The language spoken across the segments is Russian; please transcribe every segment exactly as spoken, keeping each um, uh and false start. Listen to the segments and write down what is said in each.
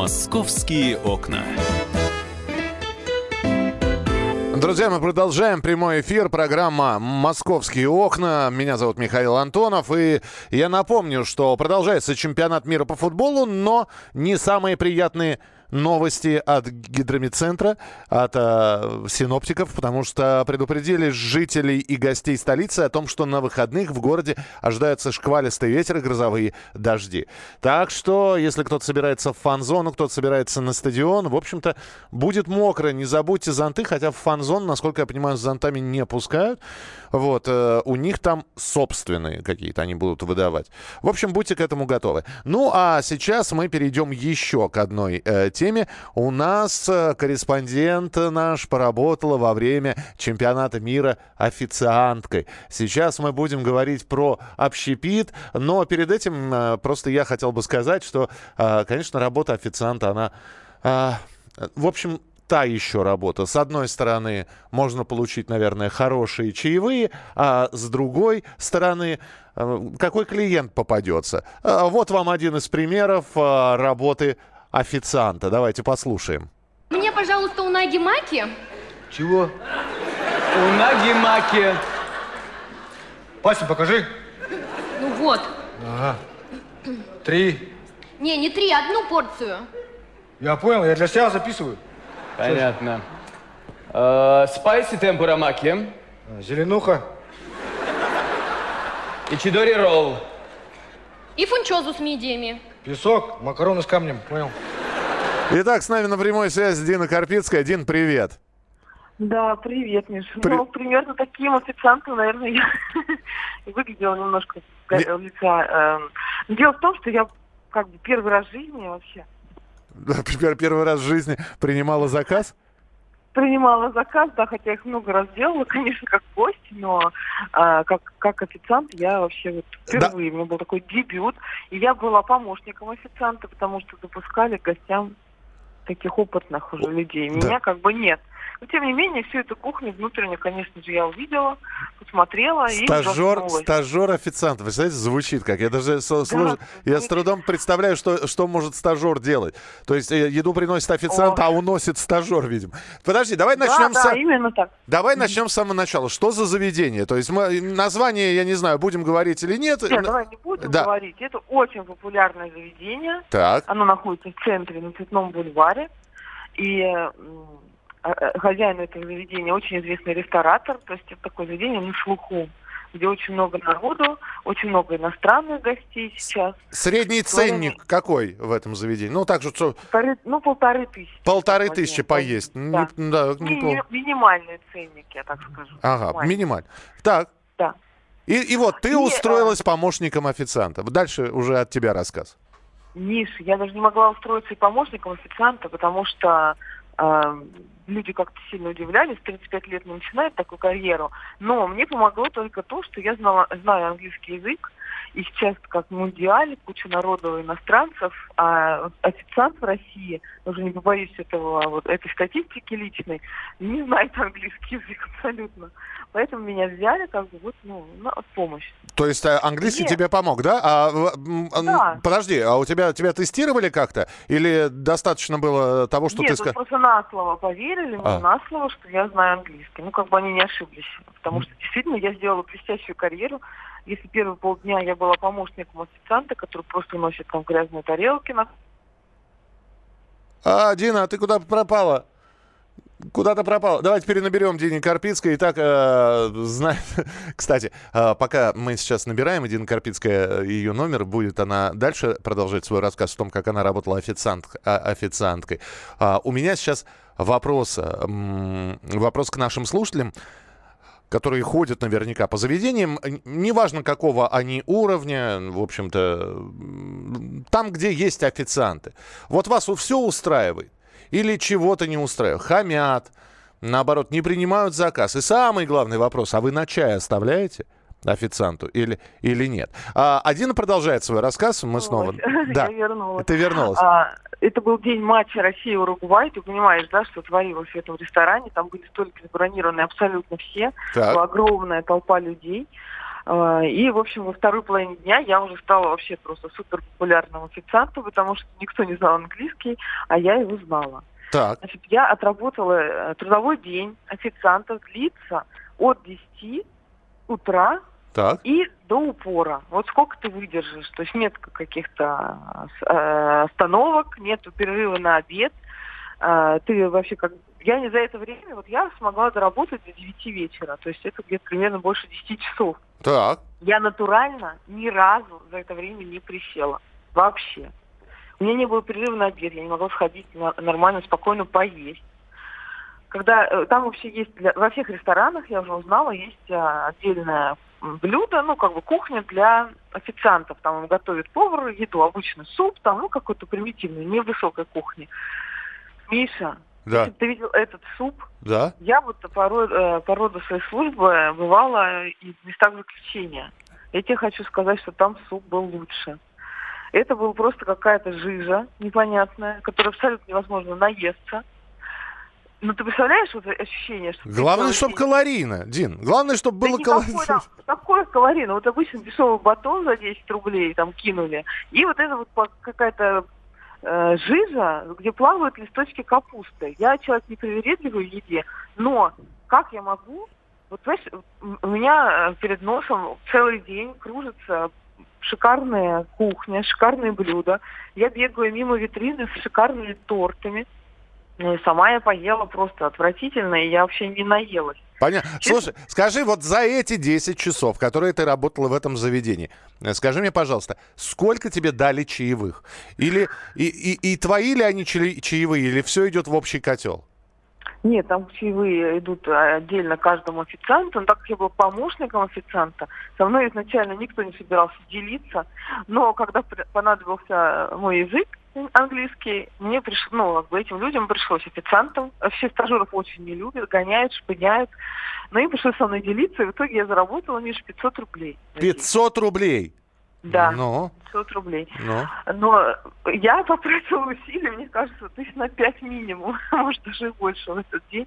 Московские окна. Друзья, мы продолжаем прямой эфир. Программа «Московские окна». Меня зовут Михаил Антонов. И я напомню, что продолжается чемпионат мира по футболу, но не самые приятные новости от гидромедцентра, от э, синоптиков, потому что предупредили жителей и гостей столицы о том, что на выходных в городе ожидаются шквалистый ветер и грозовые дожди. Так что, если кто-то собирается в фан-зону, кто-то собирается на стадион, в общем-то, будет мокро. Не забудьте зонты, хотя в фан-зону, насколько я понимаю, с зонтами не пускают. Вот, э, у них там собственные какие-то они будут выдавать. В общем, будьте к этому готовы. Ну, а сейчас мы перейдем еще к одной э, теме. У нас э, корреспондент наш поработала во время чемпионата мира официанткой. Сейчас мы будем говорить про общепит, но перед этим э, просто я хотел бы сказать, что, э, конечно, работа официанта, она, э, в общем, та еще работа. С одной стороны, можно получить, наверное, хорошие чаевые, а с другой стороны, какой клиент попадется. Вот вам один из примеров работы официанта. Давайте послушаем. Мне, пожалуйста, унаги-маки. Чего? Унаги-маки. Пальцем покажи. Ну вот. Ага. Три. Не, не три, одну порцию. Я понял, я для себя записываю. Понятно. Спайси темпура маки. Зеленуха. И чидори ролл. И фунчозу с мидиями. Песок, макароны с камнем, понял. Итак, с нами на прямой связи Дина Карпицкая. Дин, привет. Да, привет, Миша. При... Ну, примерно таким официантом, наверное, я выглядела немножко с лица. Дело в том, что я как бы первый раз в жизни вообще... Первый раз в жизни принимала заказ? Принимала заказ, да, хотя их много раз делала, конечно, как гость, но а, как, как официант я вообще вот впервые, да. У меня был такой дебют, и я была помощником официанта, потому что запускали к гостям таких опытных уже людей. Меня да. как бы нет. Но, тем не менее, всю эту кухню внутреннюю, конечно же, я увидела, посмотрела стажер, и стажер-официант. Вы знаете, звучит как. Я даже со, служ... да, я с трудом представляю, что, что может стажер делать. То есть еду приносит официант, О. а уносит стажер, видимо. Подожди, давай начнем да, с... Да, именно так. Давай начнем с самого начала. Что за заведение? То есть мы название, я не знаю, будем говорить или нет. Нет, давай не будем да. говорить. Это очень популярное заведение. Так. Оно находится в центре, на Цветном бульваре. И... хозяин этого заведения очень известный ресторатор, то есть это такое заведение на слуху, где очень много народу, очень много иностранных гостей сейчас. Средний ценник Словами... какой в этом заведении? Ну, так же, что... Полторы, ну, полторы тысячи. Полторы тысячи поесть. Да. Не, да, не Ми- пол... Минимальный ценник, я так скажу. Ага, минимальный. Так. Да. И, и вот ты и, устроилась а... помощником официанта. Дальше уже от тебя рассказ. Миш, я даже не могла устроиться и помощником официанта, потому что... Э, люди как-то сильно удивлялись, тридцать пять лет не начинают такую карьеру, но мне помогло только то, что я знала, знаю английский язык, и сейчас как мундиаль, куча народу иностранцев, а официант в России, уже не побоюсь этого, вот этой статистики личной, не знает английский язык абсолютно. Поэтому меня взяли как бы вот, ну, на помощь. То есть английский Нет. тебе помог, да? А, да. Подожди, а у тебя, тебя тестировали как-то? Или достаточно было того, что Нет, ты сказал? Нет, просто на слово поверили, мне а. на слово, что я знаю английский. Ну, как бы они не ошиблись. Потому что действительно я сделала блестящую карьеру. Если первые полдня я была помощником официанта, который просто носит там грязные тарелки. На... А, Дина, а ты куда пропала? Куда-то пропал. Давайте перенаберем Дине Карпицкой. Итак, э, зна... кстати, э, пока мы сейчас набираем Дина Карпицкая, ее номер, будет она дальше продолжать свой рассказ о том, как она работала официант, а, официанткой. А, у меня сейчас вопрос, м- вопрос к нашим слушателям, которые ходят наверняка по заведениям, неважно какого они уровня, в общем-то, там, где есть официанты. Вот вас все устраивает? Или чего-то не устраивает? Хамят, наоборот, не принимают заказ. И самый главный вопрос, а вы на чай оставляете официанту или, или нет? А, Дина продолжает свой рассказ. Мы снова... Да, я вернулась. Ты вернулась. А, это был день матча Россия-Уругвай. Ты понимаешь, да, что творилось в этом ресторане. Там были столики забронированы абсолютно все. Так. Была огромная толпа людей. И, в общем, во второй половине дня я уже стала вообще просто супер популярным официантом, потому что никто не знал английский, а я его знала. Так. Значит, я отработала трудовой день официанта, длится от десяти утра Так. и до упора. Вот сколько ты выдержишь. То есть нет каких-то э, остановок, нет перерыва на обед. Э, ты вообще как... Я не за это время, вот я смогла доработать до девяти вечера. То есть это где-то примерно больше десяти часов. Так. Я натурально ни разу за это время не присела. Вообще. У меня не было перерыва на обед, я не могла сходить на, нормально, спокойно поесть. Когда э, там вообще есть, для, во всех ресторанах, я уже узнала, есть а, отдельное блюдо, ну, как бы кухня для официантов. Там им готовит повар еду, обычно суп, там, ну, какой-то примитивный, невысокой кухни. Миша, Да. если бы ты видел этот суп, Да. я вот по роду, э, по роду своей службы бывала и в местах заключения. Я тебе хочу сказать, что там суп был лучше. Это была просто какая-то жижа непонятная, которой абсолютно невозможно наесться. Ну, ты представляешь вот ощущение, что... Главное, ты чтобы калорийно, Дин. Главное, чтобы было да калорийно. никакой, там, какое калорийно? Вот обычно дешевый батон за десять рублей там кинули. И вот это вот какая-то э, жижа, где плавают листочки капусты. Я человек непривередливый в еде, но как я могу... Вот, знаешь, у меня перед носом целый день кружится шикарная кухня, шикарные блюда. Я бегаю мимо витрины с шикарными тортами. Ну и сама я поела просто отвратительно, и я вообще не наелась. Понятно. Слушай, скажи, вот за эти десять часов, которые ты работала в этом заведении, скажи мне, пожалуйста, сколько тебе дали чаевых? Или и, и, и твои ли они чаевые, или все идет в общий котел? Нет, там чаевые идут отдельно каждому официанту. Но так как я была помощником официанта, со мной изначально никто не собирался делиться. Но когда понадобился мой язык английский, мне пришло, ну, как бы этим людям пришлось, официантам. Все стажеров очень не любят, гоняют, шпыняют. Но им пришлось со мной делиться, и в итоге я заработала, Миша, пятьсот рублей. пятьсот рублей? Да, ну, пятьсот рублей. Ну. Но я потратила усилия, мне кажется, тысяч на пять минимум, может, даже и больше в этот день.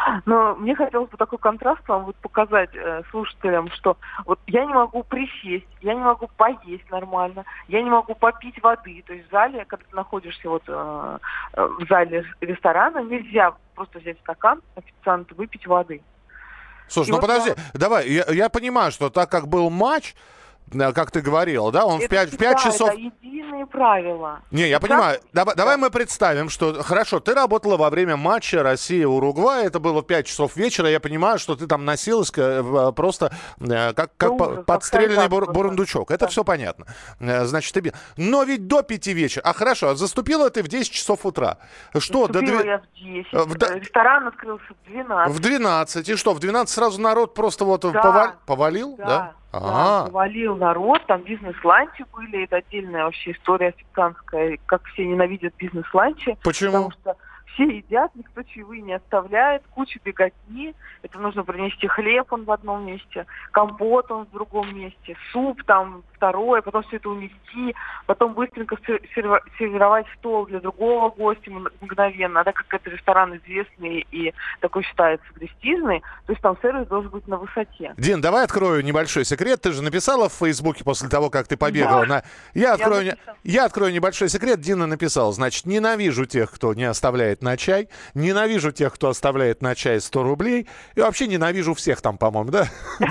Но мне хотелось бы такой контраст вам вот показать э, слушателям, что вот я не могу присесть, я не могу поесть нормально, я не могу попить воды. То есть в зале, когда ты находишься вот э, в зале ресторана, нельзя просто взять стакан, официант, выпить воды. Слушай, И ну вот подожди, я... давай, я, я понимаю, что так как был матч, как ты говорила, да, он это в пять, в пять всегда, часов... Это единые правила. Не, я Как... понимаю. Давай, Да. давай мы представим, что... Хорошо, ты работала во время матча Россия-Уругвай, это было в пять часов вечера, я понимаю, что ты там носилась просто как, как ужас, подстреленный бур, просто. бурундучок. Это Да. все понятно. Значит, ты... Но ведь до пяти вечера... А хорошо, заступила ты в десять часов утра. Что, до Вступила две... я в десять. В до- Ресторан открылся в двенадцать. В двенадцать. И что, в двенадцать сразу народ просто вот Да. повал- повалил? Да, Да? да, Ага. повалил народ, там бизнес-ланчи были, это отдельная вообще история официантская, как все ненавидят бизнес-ланчи. Почему? Потому что все едят, никто чаевые не оставляет, куча беготни, это нужно принести хлеб, он в одном месте, компот он в другом месте, суп там второе, потом все это унести, потом быстренько серви- сервировать стол для другого гостя мгновенно, а так как это ресторан известный и такой считается престижный, то есть там сервис должен быть на высоте. Дин, давай открою небольшой секрет. Ты же написала в Фейсбуке после того, как ты побегала. Да. На... Я, открою... Я не- написала. Я открою небольшой секрет. Дина написала. Значит, ненавижу тех, кто не оставляет на чай. Ненавижу тех, кто оставляет на чай сто рублей. И вообще ненавижу всех там, по-моему, да?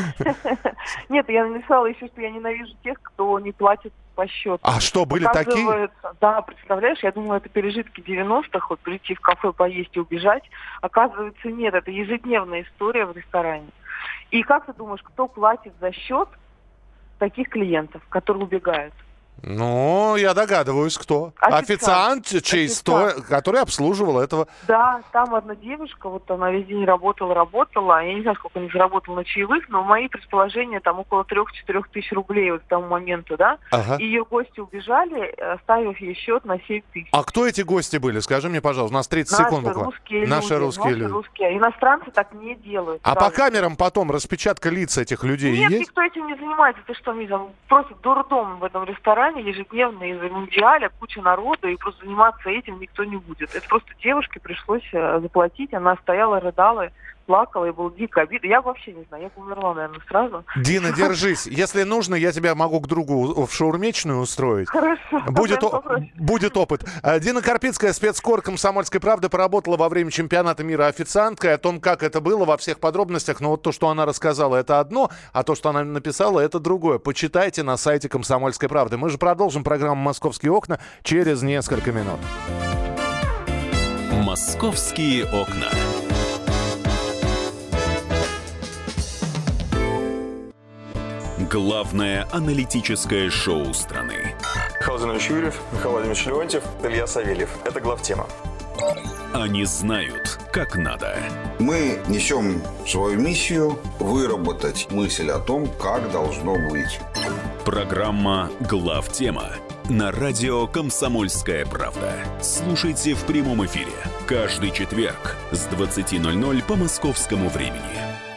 Нет, я написала еще, что я ненавижу тех, кто не платит по счету. А что, были такие? Оказывается, да, представляешь, я думала, это пережитки девяностых, вот прийти в кафе, поесть и убежать. Оказывается, нет, это ежедневная история в ресторане. И как ты думаешь, кто платит за счет таких клиентов, которые убегают? Ну, я догадываюсь, кто. Официант. Официант, чей Официант. сто... который обслуживал этого. Да, там одна девушка, вот она весь день работала, работала. Я не знаю, сколько она заработала на чаевых, но мои предположения там около трех-четырех тысяч рублей вот к тому моменту, да. Ага. И ее гости убежали, оставив ей счет на семь тысяч. А кто эти гости были? Скажи мне, пожалуйста. У нас тридцать секунд Наши буквально. русские Наши люди. русские Наши люди. русские. Иностранцы так не делают. А правда. по камерам потом распечатка лиц этих людей Нет, есть? никто этим не занимается. Ты что, Миза, просто дурдом в этом ресторане ежедневно из-за мундиаля, куча народа, и просто заниматься этим никто не будет. Это просто девушке пришлось э, заплатить, она стояла, рыдала, плакала, и было дико обидно. Я вообще не знаю, я бы умерла, наверное, сразу. Дина, держись. Если нужно, я тебя могу к другу в шаурмечную устроить. Хорошо. Будет, о- будет опыт. А, Дина Карпицкая, спецкор «Комсомольской правды», поработала во время чемпионата мира официанткой. О том, как это было, во всех подробностях. Но вот то, что она рассказала, это одно, а то, что она написала, это другое. Почитайте на сайте «Комсомольской правды». Мы же продолжим программу «Московские окна» через несколько минут. «Московские окна». Главное аналитическое шоу страны. Михаил Владимирович Юрьев, Михаил Владимирович Леонтьев, Илья Савельев. Это главтема. Они знают, как надо. Мы несем свою миссию выработать мысль о том, как должно быть. Программа «Главтема» на радио «Комсомольская правда». Слушайте в прямом эфире каждый четверг с двадцати ноль-ноль по московскому времени.